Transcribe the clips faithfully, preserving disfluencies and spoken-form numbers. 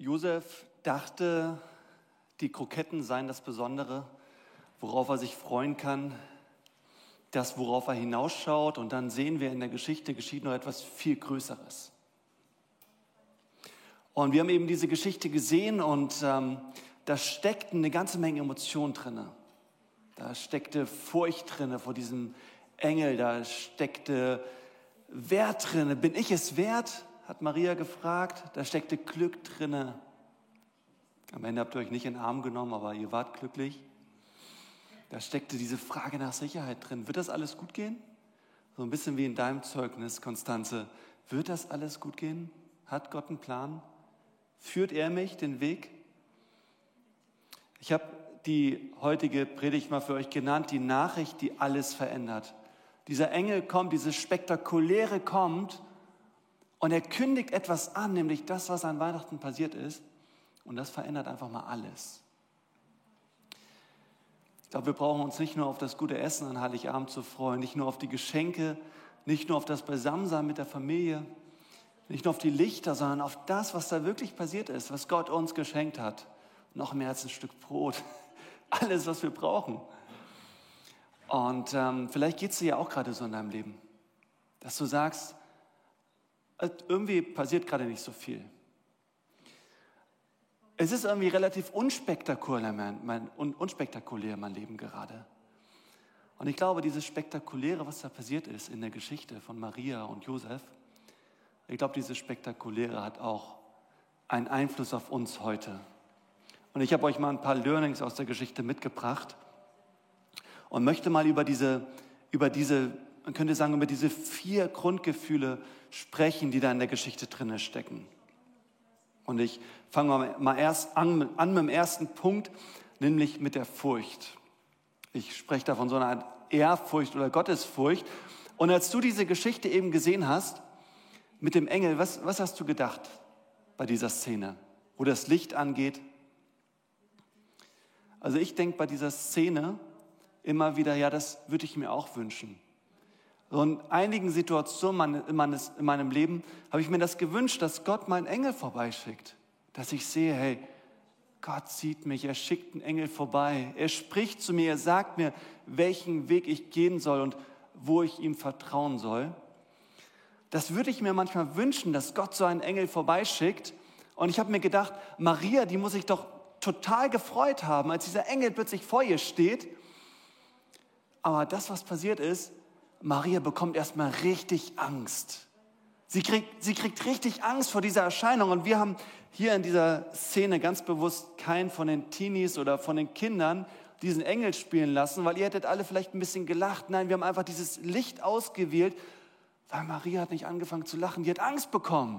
Josef dachte, die Kroketten seien das Besondere, worauf er sich freuen kann, das, worauf er hinausschaut. Und dann sehen wir, in der Geschichte geschieht noch etwas viel Größeres. Und wir haben eben diese Geschichte gesehen und ähm, da steckten eine ganze Menge Emotionen drin. Da steckte Furcht drin vor diesem Engel, da steckte Wert drin. Bin ich es wert? Hat Maria gefragt. Da steckte Glück drin. Am Ende habt ihr euch nicht in den Arm genommen, aber ihr wart glücklich. Da steckte diese Frage nach Sicherheit drin. Wird das alles gut gehen? So ein bisschen wie in deinem Zeugnis, Konstanze. Wird das alles gut gehen? Hat Gott einen Plan? Führt er mich den Weg? Ich habe die heutige Predigt mal für euch genannt, die Nachricht, die alles verändert. Dieser Engel kommt, dieses Spektakuläre kommt und er kündigt etwas an, nämlich das, was an Weihnachten passiert ist. Und das verändert einfach mal alles. Ich glaube, wir brauchen uns nicht nur auf das gute Essen an Heiligabend zu freuen, nicht nur auf die Geschenke, nicht nur auf das Beisammensein mit der Familie, nicht nur auf die Lichter, sondern auf das, was da wirklich passiert ist, was Gott uns geschenkt hat. Noch mehr als ein Stück Brot. Alles, was wir brauchen. Und ähm, vielleicht geht es dir ja auch gerade so in deinem Leben, dass du sagst, irgendwie passiert gerade nicht so viel. Es ist irgendwie relativ unspektakulär mein, mein, un, unspektakulär mein Leben gerade. Und ich glaube, dieses Spektakuläre, was da passiert ist in der Geschichte von Maria und Josef, ich glaube, dieses Spektakuläre hat auch einen Einfluss auf uns heute. Und ich habe euch mal ein paar Learnings aus der Geschichte mitgebracht und möchte mal über diese, über diese, man könnte sagen, über diese vier Grundgefühle sprechen, die da in der Geschichte drin stecken. Und ich fange mal, mal erst an, an mit dem ersten Punkt, nämlich mit der Furcht. Ich spreche da von so einer Art Ehrfurcht oder Gottesfurcht. Und als du diese Geschichte eben gesehen hast, mit dem Engel, was, was hast du gedacht bei dieser Szene, wo das Licht angeht? Also ich denke bei dieser Szene immer wieder, ja, das würde ich mir auch wünschen. So in einigen Situationen in meinem Leben habe ich mir das gewünscht, dass Gott meinen Engel vorbeischickt. Dass ich sehe, hey, Gott sieht mich, er schickt einen Engel vorbei. Er spricht zu mir, er sagt mir, welchen Weg ich gehen soll und wo ich ihm vertrauen soll. Das würde ich mir manchmal wünschen, dass Gott so einen Engel vorbeischickt. Und ich habe mir gedacht, Maria, die muss sich doch total gefreut haben, als dieser Engel plötzlich vor ihr steht. Aber das, was passiert ist, Maria bekommt erstmal richtig Angst. Sie kriegt, sie kriegt richtig Angst vor dieser Erscheinung. Und wir haben hier in dieser Szene ganz bewusst keinen von den Teenies oder von den Kindern diesen Engel spielen lassen, weil ihr hättet alle vielleicht ein bisschen gelacht. Nein, wir haben einfach dieses Licht ausgewählt, weil Maria hat nicht angefangen zu lachen. Die hat Angst bekommen.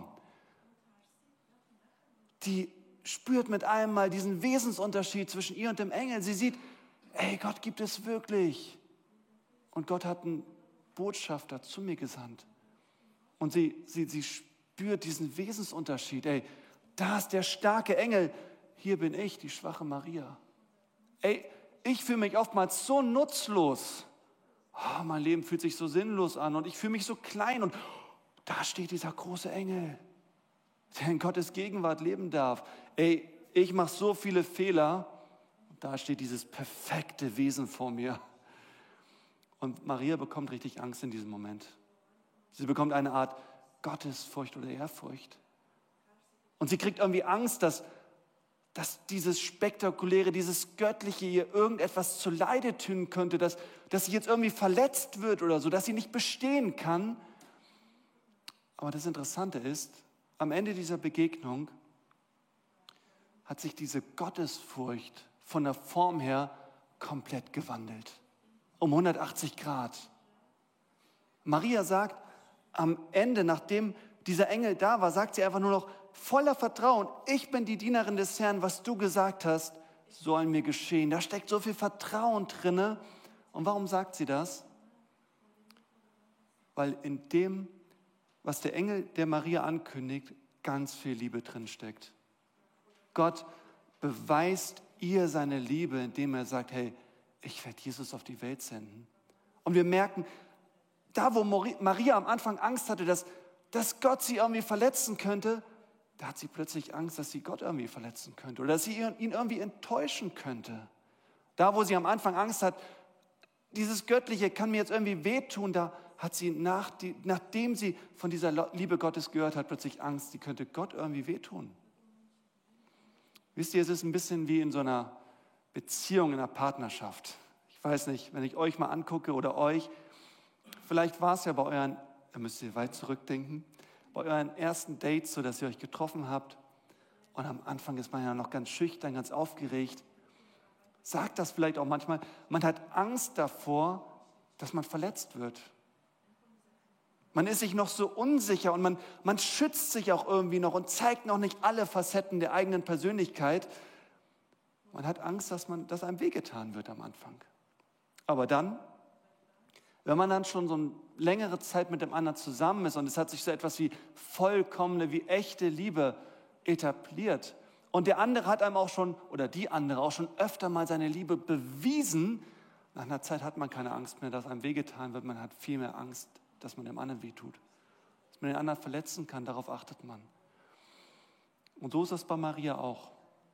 Die spürt mit einmal diesen Wesensunterschied zwischen ihr und dem Engel. Sie sieht, ey, Gott gibt es wirklich. Und Gott hat einen Botschafter zu mir gesandt. Und sie, sie, sie spürt diesen Wesensunterschied. Ey, da ist der starke Engel. Hier bin ich, die schwache Maria. Ey, ich fühle mich oftmals so nutzlos. Oh, mein Leben fühlt sich so sinnlos an und ich fühle mich so klein. Und da steht dieser große Engel, der in Gottes Gegenwart leben darf. Ey, ich mache so viele Fehler. Und da steht dieses perfekte Wesen vor mir. Und Maria bekommt richtig Angst in diesem Moment. Sie bekommt eine Art Gottesfurcht oder Ehrfurcht. Und sie kriegt irgendwie Angst, dass, dass dieses Spektakuläre, dieses Göttliche ihr irgendetwas zuleide tun könnte, dass, dass sie jetzt irgendwie verletzt wird oder so, dass sie nicht bestehen kann. Aber das Interessante ist, am Ende dieser Begegnung hat sich diese Gottesfurcht von der Form her komplett gewandelt. Um hundertachtzig Grad. Maria sagt am Ende, nachdem dieser Engel da war, sagt sie einfach nur noch voller Vertrauen, ich bin die Dienerin des Herrn, was du gesagt hast, soll mir geschehen. Da steckt so viel Vertrauen drin. Und warum sagt sie das? Weil in dem, was der Engel der Maria ankündigt, ganz viel Liebe drin steckt. Gott beweist ihr seine Liebe, indem er sagt, hey, ich werde Jesus auf die Welt senden. Und wir merken, da wo Maria am Anfang Angst hatte, dass, dass Gott sie irgendwie verletzen könnte, da hat sie plötzlich Angst, dass sie Gott irgendwie verletzen könnte oder dass sie ihn irgendwie enttäuschen könnte. Da, wo sie am Anfang Angst hat, dieses Göttliche kann mir jetzt irgendwie wehtun, da hat sie, nach die, nachdem sie von dieser Liebe Gottes gehört hat, plötzlich Angst, sie könnte Gott irgendwie wehtun. Wisst ihr, es ist ein bisschen wie in so einer Beziehung, in einer Partnerschaft. Ich weiß nicht, wenn ich euch mal angucke oder euch, vielleicht war es ja bei euren, da müsst ihr weit zurückdenken, bei euren ersten Dates, so dass ihr euch getroffen habt und am Anfang ist man ja noch ganz schüchtern, ganz aufgeregt. Sagt das vielleicht auch manchmal, man hat Angst davor, dass man verletzt wird. Man ist sich noch so unsicher und man, man schützt sich auch irgendwie noch und zeigt noch nicht alle Facetten der eigenen Persönlichkeit. Man hat Angst, dass, man, dass einem wehgetan wird am Anfang. Aber dann, wenn man dann schon so eine längere Zeit mit dem anderen zusammen ist und es hat sich so etwas wie vollkommene, wie echte Liebe etabliert und der andere hat einem auch schon, oder die andere auch schon öfter mal seine Liebe bewiesen, nach einer Zeit hat man keine Angst mehr, dass einem wehgetan wird, man hat viel mehr Angst, dass man dem anderen wehtut, dass man den anderen verletzen kann, darauf achtet man. Und so ist das bei Maria auch.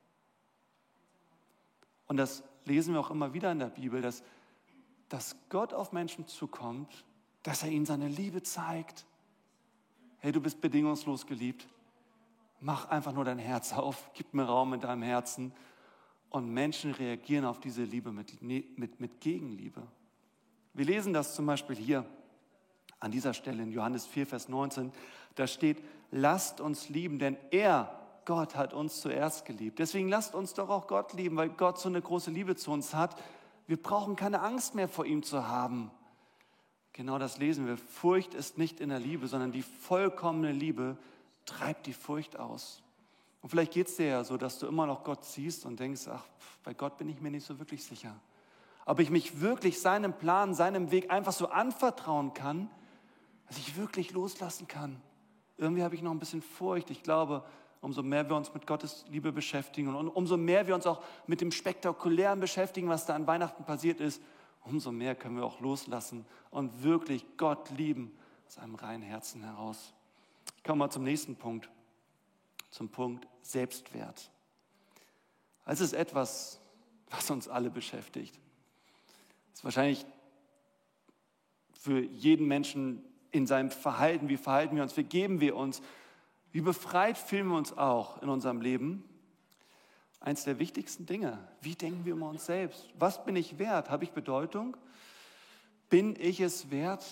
Und das lesen wir auch immer wieder in der Bibel, dass, dass Gott auf Menschen zukommt, dass er ihnen seine Liebe zeigt. Hey, du bist bedingungslos geliebt. Mach einfach nur dein Herz auf, gib mir Raum in deinem Herzen. Und Menschen reagieren auf diese Liebe mit, mit, mit Gegenliebe. Wir lesen das zum Beispiel hier an dieser Stelle in Johannes vier, Vers neunzehn. Da steht, lasst uns lieben, denn er, Gott, hat uns zuerst geliebt. Deswegen lasst uns doch auch Gott lieben, weil Gott so eine große Liebe zu uns hat. Wir brauchen keine Angst mehr vor ihm zu haben. Genau das lesen wir. Furcht ist nicht in der Liebe, sondern die vollkommene Liebe treibt die Furcht aus. Und vielleicht geht es dir ja so, dass du immer noch Gott siehst und denkst, ach, bei Gott bin ich mir nicht so wirklich sicher. Ob ich mich wirklich seinem Plan, seinem Weg einfach so anvertrauen kann, dass ich wirklich loslassen kann. Irgendwie habe ich noch ein bisschen Furcht. Ich glaube, umso mehr wir uns mit Gottes Liebe beschäftigen und umso mehr wir uns auch mit dem Spektakulären beschäftigen, was da an Weihnachten passiert ist, umso mehr können wir auch loslassen und wirklich Gott lieben aus einem reinen Herzen heraus. Ich komme mal zum nächsten Punkt, zum Punkt Selbstwert. Es ist etwas, was uns alle beschäftigt. Es ist wahrscheinlich für jeden Menschen in seinem Verhalten, wie verhalten wir uns, wie geben wir uns, wie befreit fühlen wir uns auch in unserem Leben. Eins der wichtigsten Dinge, wie denken wir über uns selbst? Was bin ich wert? Habe ich Bedeutung? Bin ich es wert?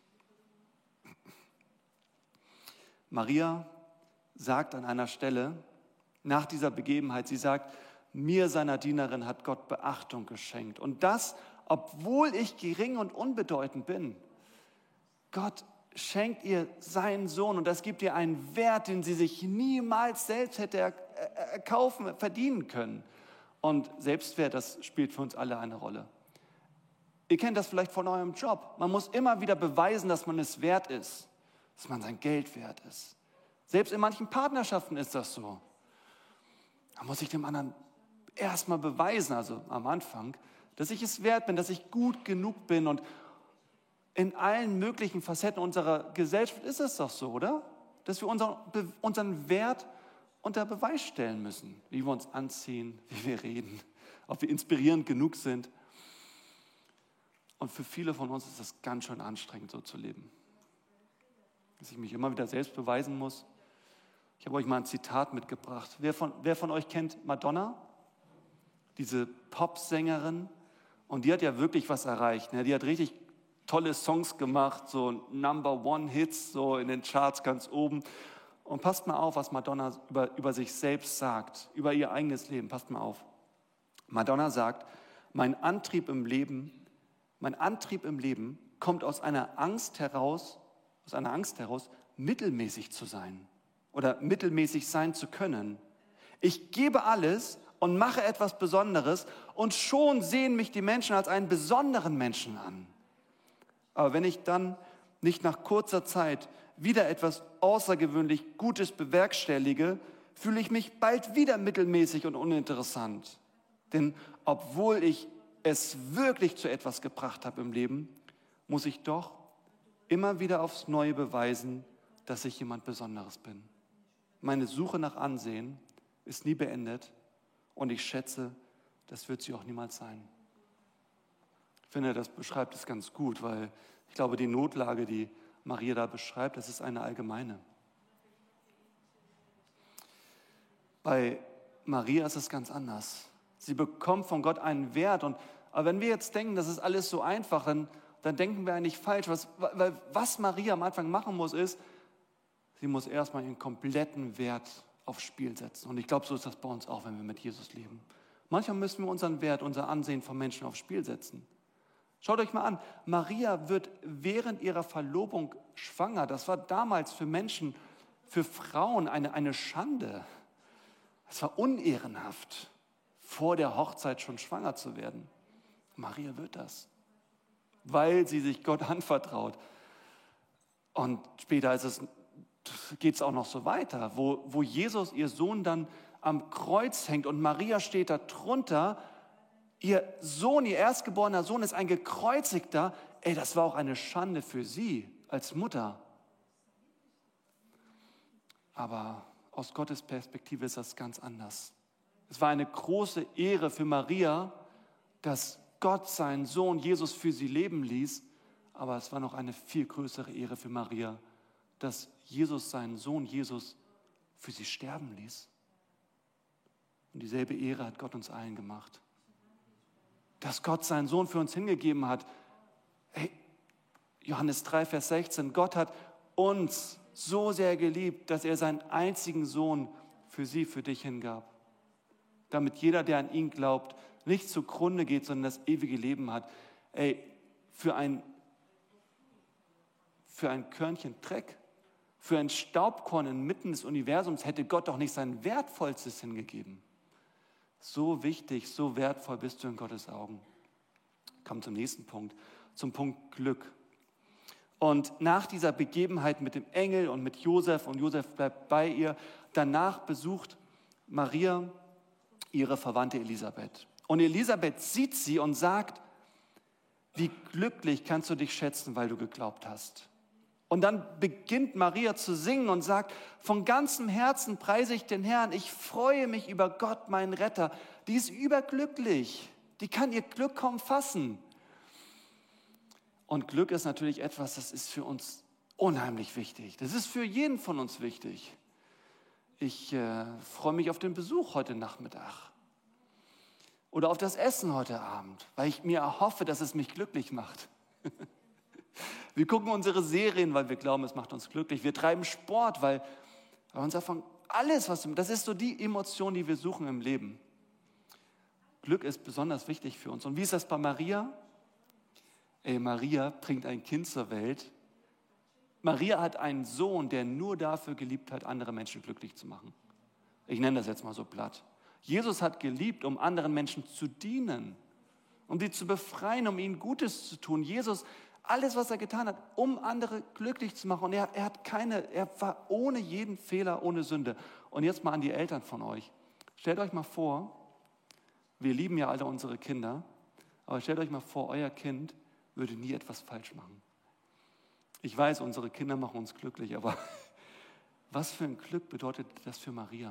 Maria sagt an einer Stelle, nach dieser Begebenheit, sie sagt, mir, seiner Dienerin, hat Gott Beachtung geschenkt. Und das, obwohl ich gering und unbedeutend bin. Gott schenkt ihr seinen Sohn und das gibt ihr einen Wert, den sie sich niemals selbst hätte erkaufen, verdienen können. Und Selbstwert, das spielt für uns alle eine Rolle. Ihr kennt das vielleicht von eurem Job. Man muss immer wieder beweisen, dass man es wert ist, dass man sein Geld wert ist. Selbst in manchen Partnerschaften ist das so. Da muss ich dem anderen erstmal beweisen, also am Anfang, dass ich es wert bin, dass ich gut genug bin. Und in allen möglichen Facetten unserer Gesellschaft ist es doch so, oder? Dass wir unseren, unseren Wert unter Beweis stellen müssen. Wie wir uns anziehen, wie wir reden, ob wir inspirierend genug sind. Und für viele von uns ist es ganz schön anstrengend, so zu leben. Dass ich mich immer wieder selbst beweisen muss. Ich habe euch mal ein Zitat mitgebracht. Wer von, wer von euch kennt Madonna? Diese Popsängerin. Und die hat ja wirklich was erreicht. Ne? Die hat richtig tolle Songs gemacht, so Number-One-Hits, so in den Charts ganz oben. Und passt mal auf, was Madonna über, über sich selbst sagt, über ihr eigenes Leben. Passt mal auf. Madonna sagt, mein Antrieb im Leben, mein Antrieb im Leben kommt aus einer Angst heraus, aus einer Angst heraus, mittelmäßig zu sein oder mittelmäßig sein zu können. Ich gebe alles und mache etwas Besonderes und schon sehen mich die Menschen als einen besonderen Menschen an. Aber wenn ich dann nicht nach kurzer Zeit wieder etwas außergewöhnlich Gutes bewerkstellige, fühle ich mich bald wieder mittelmäßig und uninteressant. Denn obwohl ich es wirklich zu etwas gebracht habe im Leben, muss ich doch immer wieder aufs Neue beweisen, dass ich jemand Besonderes bin. Meine Suche nach Ansehen ist nie beendet und ich schätze, das wird sie auch niemals sein. Ich finde, das beschreibt es ganz gut, weil ich glaube, die Notlage, die Maria da beschreibt, das ist eine allgemeine. Bei Maria ist es ganz anders. Sie bekommt von Gott einen Wert. Und, aber wenn wir jetzt denken, das ist alles so einfach, dann, dann denken wir eigentlich falsch. Was, weil, was Maria am Anfang machen muss, ist, sie muss erstmal ihren kompletten Wert aufs Spiel setzen. Und ich glaube, so ist das bei uns auch, wenn wir mit Jesus leben. Manchmal müssen wir unseren Wert, unser Ansehen von Menschen aufs Spiel setzen. Schaut euch mal an, Maria wird während ihrer Verlobung schwanger. Das war damals für Menschen, für Frauen eine, eine Schande. Es war unehrenhaft, vor der Hochzeit schon schwanger zu werden. Maria wird das, weil sie sich Gott anvertraut. Und später ist es, geht es auch noch so weiter, wo, wo Jesus, ihr Sohn, dann am Kreuz hängt und Maria steht da drunter. Ihr Sohn, ihr erstgeborener Sohn ist ein Gekreuzigter. Ey, das war auch eine Schande für sie als Mutter. Aber aus Gottes Perspektive ist das ganz anders. Es war eine große Ehre für Maria, dass Gott seinen Sohn Jesus für sie leben ließ. Aber es war noch eine viel größere Ehre für Maria, dass Jesus seinen Sohn Jesus für sie sterben ließ. Und dieselbe Ehre hat Gott uns allen gemacht. Dass Gott seinen Sohn für uns hingegeben hat. Hey, Johannes drei, Vers sechzehn, Gott hat uns so sehr geliebt, dass er seinen einzigen Sohn für sie, für dich hingab. Damit jeder, der an ihn glaubt, nicht zugrunde geht, sondern das ewige Leben hat. Ey, für ein, für ein Körnchen Dreck, für ein Staubkorn inmitten des Universums hätte Gott doch nicht sein Wertvollstes hingegeben. So wichtig, so wertvoll bist du in Gottes Augen. Kommt zum nächsten Punkt, zum Punkt Glück. Und nach dieser Begebenheit mit dem Engel und mit Josef, und Josef bleibt bei ihr, danach besucht Maria ihre Verwandte Elisabeth. Und Elisabeth sieht sie und sagt, wie glücklich kannst du dich schätzen, weil du geglaubt hast. Und dann beginnt Maria zu singen und sagt, von ganzem Herzen preise ich den Herrn, ich freue mich über Gott, meinen Retter. Die ist überglücklich, die kann ihr Glück kaum fassen. Und Glück ist natürlich etwas, das ist für uns unheimlich wichtig. Das ist für jeden von uns wichtig. Ich äh, freue mich auf den Besuch heute Nachmittag oder auf das Essen heute Abend, weil ich mir erhoffe, dass es mich glücklich macht. Wir gucken unsere Serien, weil wir glauben, es macht uns glücklich. Wir treiben Sport, weil, weil uns davon alles, was das ist so die Emotion, die wir suchen im Leben. Glück ist besonders wichtig für uns. Und wie ist das bei Maria? Ey, Maria bringt ein Kind zur Welt. Maria hat einen Sohn, der nur dafür geliebt hat, andere Menschen glücklich zu machen. Ich nenne das jetzt mal so platt. Jesus hat geliebt, um anderen Menschen zu dienen, um sie zu befreien, um ihnen Gutes zu tun. Jesus, alles, was er getan hat, um andere glücklich zu machen. Und er, er hat keine, er war ohne jeden Fehler, ohne Sünde. Und jetzt mal an die Eltern von euch. Stellt euch mal vor, wir lieben ja alle unsere Kinder, aber stellt euch mal vor, euer Kind würde nie etwas falsch machen. Ich weiß, unsere Kinder machen uns glücklich, aber was für ein Glück bedeutet das für Maria?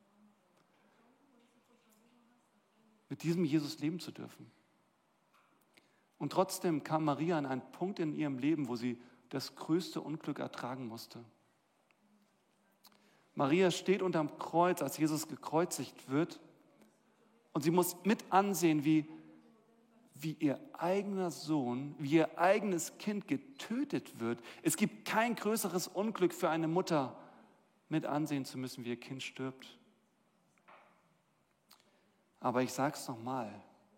Mit diesem Jesus leben zu dürfen. Und trotzdem kam Maria an einen Punkt in ihrem Leben, wo sie das größte Unglück ertragen musste. Maria steht unterm Kreuz, als Jesus gekreuzigt wird, und sie muss mit ansehen, wie wie ihr eigener Sohn, wie ihr eigenes Kind getötet wird. Es gibt kein größeres Unglück für eine Mutter, mit ansehen zu müssen, wie ihr Kind stirbt. Aber ich sage es nochmal,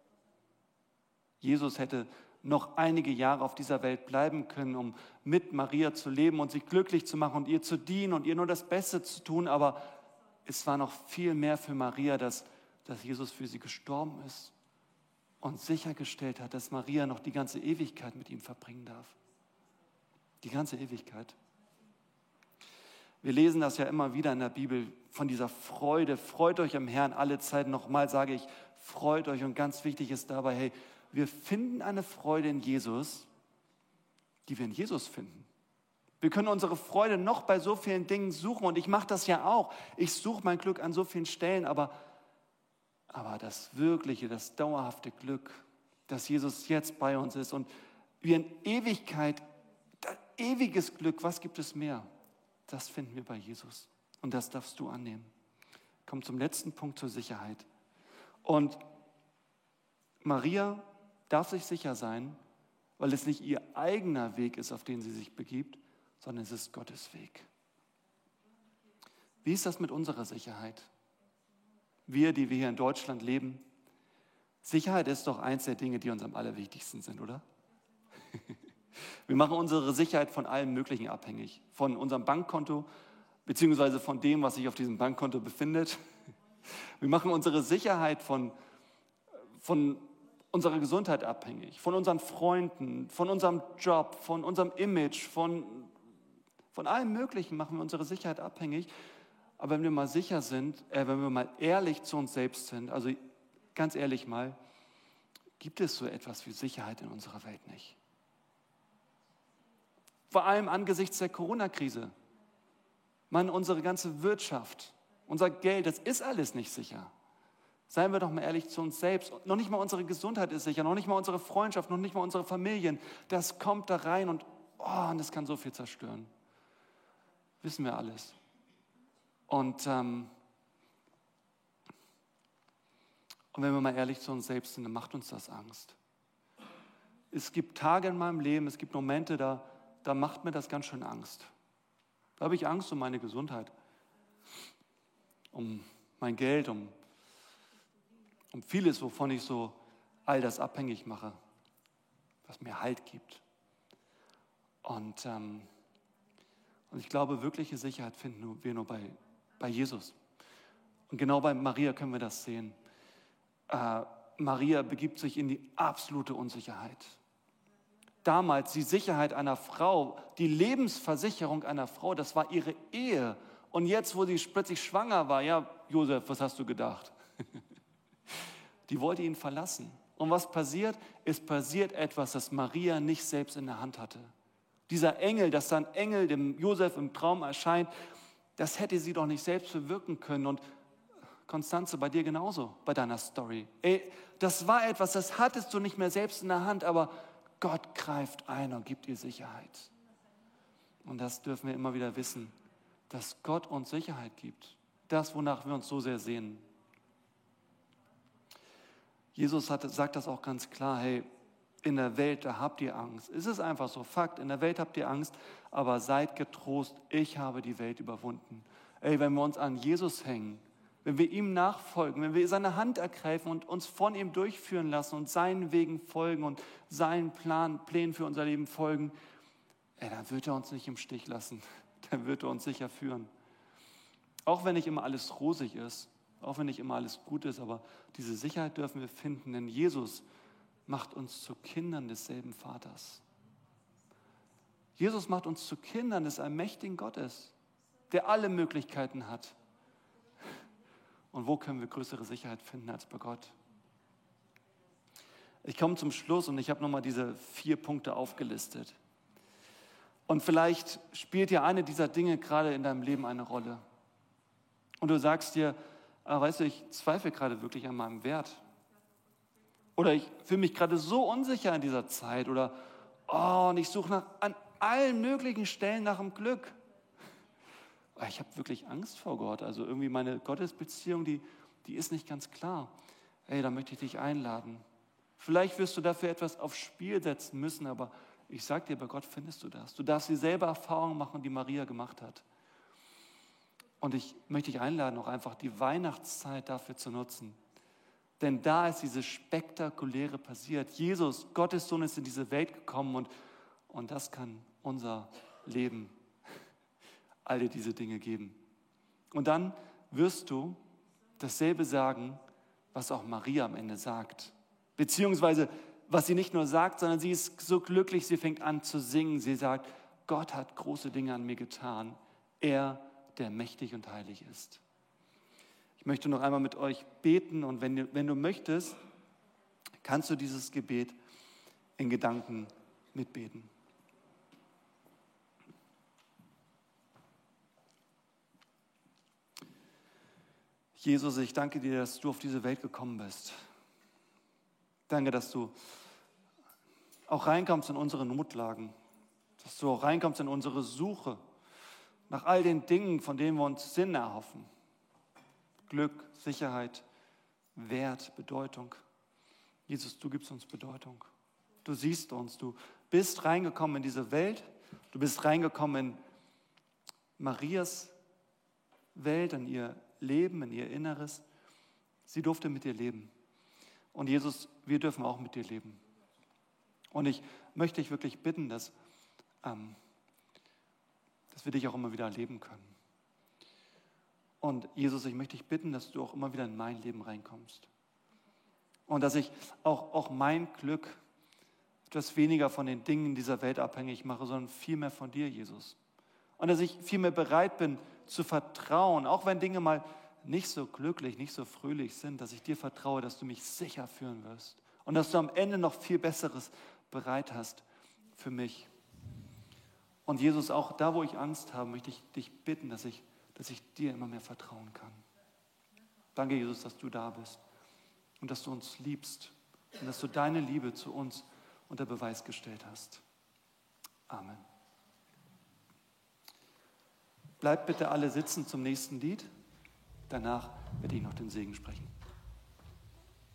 Jesus hätte noch einige Jahre auf dieser Welt bleiben können, um mit Maria zu leben und sie glücklich zu machen und ihr zu dienen und ihr nur das Beste zu tun. Aber es war noch viel mehr für Maria, dass, dass Jesus für sie gestorben ist und sichergestellt hat, dass Maria noch die ganze Ewigkeit mit ihm verbringen darf. Die ganze Ewigkeit. Wir lesen das ja immer wieder in der Bibel von dieser Freude. Freut euch am Herrn alle Zeit. Nochmal sage ich, freut euch. Und ganz wichtig ist dabei, hey, wir finden eine Freude in Jesus, die wir in Jesus finden. Wir können unsere Freude noch bei so vielen Dingen suchen und ich mache das ja auch. Ich suche mein Glück an so vielen Stellen, aber, aber das wirkliche, das dauerhafte Glück, dass Jesus jetzt bei uns ist und wir in Ewigkeit, das ewiges Glück, was gibt es mehr? Das finden wir bei Jesus und das darfst du annehmen. Kommt zum letzten Punkt, zur Sicherheit. Und Maria darf sich sicher sein, weil es nicht ihr eigener Weg ist, auf den sie sich begibt, sondern es ist Gottes Weg. Wie ist das mit unserer Sicherheit? Wir, die wir hier in Deutschland leben, Sicherheit ist doch eins der Dinge, die uns am allerwichtigsten sind, oder? Wir machen unsere Sicherheit von allem Möglichen abhängig. Von unserem Bankkonto, beziehungsweise von dem, was sich auf diesem Bankkonto befindet. Wir machen unsere Sicherheit von, von unserer Gesundheit abhängig, von unseren Freunden, von unserem Job, von unserem Image, von, von allem Möglichen machen wir unsere Sicherheit abhängig. Aber wenn wir mal sicher sind, äh, wenn wir mal ehrlich zu uns selbst sind, also ganz ehrlich mal, gibt es so etwas wie Sicherheit in unserer Welt nicht. Vor allem angesichts der Corona-Krise. Mann, unsere ganze Wirtschaft, unser Geld, das ist alles nicht sicher. Seien wir doch mal ehrlich zu uns selbst. Noch nicht mal unsere Gesundheit ist sicher, noch nicht mal unsere Freundschaft, noch nicht mal unsere Familien. Das kommt da rein und, oh, und das kann so viel zerstören. Wissen wir alles. Und, ähm, und wenn wir mal ehrlich zu uns selbst sind, dann macht uns das Angst. Es gibt Tage in meinem Leben, es gibt Momente, da, da macht mir das ganz schön Angst. Da habe ich Angst um meine Gesundheit, um mein Geld, um, um vieles, wovon ich so all das abhängig mache, was mir Halt gibt. Und, ähm, und ich glaube, wirkliche Sicherheit finden wir nur bei, bei Jesus. Und genau bei Maria können wir das sehen. Äh, Maria begibt sich in die absolute Unsicherheit. Damals die Sicherheit einer Frau, die Lebensversicherung einer Frau, das war ihre Ehe. Und jetzt, wo sie plötzlich schwanger war, ja, Josef, was hast du gedacht? Die wollte ihn verlassen. Und was passiert? Es passiert etwas, das Maria nicht selbst in der Hand hatte. Dieser Engel, dass da ein Engel dem Josef im Traum erscheint, das hätte sie doch nicht selbst bewirken können. Und Konstanze, bei dir genauso, bei deiner Story. Ey, das war etwas, das hattest du nicht mehr selbst in der Hand, aber Gott greift ein und gibt ihr Sicherheit. Und das dürfen wir immer wieder wissen, dass Gott uns Sicherheit gibt. Das, wonach wir uns so sehr sehnen. Jesus hat, sagt das auch ganz klar, hey, in der Welt, da habt ihr Angst. Es ist einfach so, Fakt, in der Welt habt ihr Angst, aber seid getrost, ich habe die Welt überwunden. Ey, wenn wir uns an Jesus hängen, wenn wir ihm nachfolgen, wenn wir seine Hand ergreifen und uns von ihm durchführen lassen und seinen Wegen folgen und seinen Plan, Plänen für unser Leben folgen, ey, dann wird er uns nicht im Stich lassen. Dann wird er uns sicher führen. Auch wenn nicht immer alles rosig ist, auch wenn nicht immer alles gut ist, aber diese Sicherheit dürfen wir finden, denn Jesus macht uns zu Kindern desselben Vaters. Jesus macht uns zu Kindern des allmächtigen Gottes, der alle Möglichkeiten hat. Und wo können wir größere Sicherheit finden als bei Gott? Ich komme zum Schluss und ich habe nochmal diese vier Punkte aufgelistet. Und vielleicht spielt ja eine dieser Dinge gerade in deinem Leben eine Rolle. Und du sagst dir, ah, weißt du, ich zweifle gerade wirklich an meinem Wert. Oder ich fühle mich gerade so unsicher in dieser Zeit. Oder oh, und ich suche nach, an allen möglichen Stellen nach dem Glück. Ich habe wirklich Angst vor Gott. Also irgendwie meine Gottesbeziehung, die, die ist nicht ganz klar. Ey, da möchte ich dich einladen. Vielleicht wirst du dafür etwas aufs Spiel setzen müssen, aber ich sage dir, bei Gott findest du das. Du darfst dieselbe Erfahrung machen, die Maria gemacht hat. Und ich möchte dich einladen, auch einfach die Weihnachtszeit dafür zu nutzen. Denn da ist dieses Spektakuläre passiert. Jesus, Gottes Sohn, ist in diese Welt gekommen und, und das kann unser Leben all dir diese Dinge geben. Und dann wirst du dasselbe sagen, was auch Maria am Ende sagt. Beziehungsweise, was sie nicht nur sagt, sondern sie ist so glücklich, sie fängt an zu singen. Sie sagt, Gott hat große Dinge an mir getan. Er, der mächtig und heilig ist. Ich möchte noch einmal mit euch beten und wenn du, wenn du möchtest, kannst du dieses Gebet in Gedanken mitbeten. Jesus, ich danke dir, dass du auf diese Welt gekommen bist. Danke, dass du auch reinkommst in unsere Notlagen, dass du auch reinkommst in unsere Suche nach all den Dingen, von denen wir uns Sinn erhoffen. Glück, Sicherheit, Wert, Bedeutung. Jesus, du gibst uns Bedeutung. Du siehst uns, du bist reingekommen in diese Welt, du bist reingekommen in Marias Welt, in ihr Leben, in ihr Inneres. Sie durfte mit dir leben. Und Jesus, wir dürfen auch mit dir leben. Und ich möchte dich wirklich bitten, dass, ähm, dass wir dich auch immer wieder erleben können. Und Jesus, ich möchte dich bitten, dass du auch immer wieder in mein Leben reinkommst. Und dass ich auch, auch mein Glück etwas weniger von den Dingen dieser Welt abhängig mache, sondern viel mehr von dir, Jesus. Und dass ich viel mehr bereit bin zu vertrauen, auch wenn Dinge mal nicht so glücklich, nicht so fröhlich sind, dass ich dir vertraue, dass du mich sicher führen wirst und dass du am Ende noch viel Besseres bereit hast für mich. Und Jesus, auch da, wo ich Angst habe, möchte ich dich bitten, dass ich, dass ich dir immer mehr vertrauen kann. Danke, Jesus, dass du da bist und dass du uns liebst und dass du deine Liebe zu uns unter Beweis gestellt hast. Amen. Bleibt bitte alle sitzen zum nächsten Lied. Danach werde ich noch den Segen sprechen.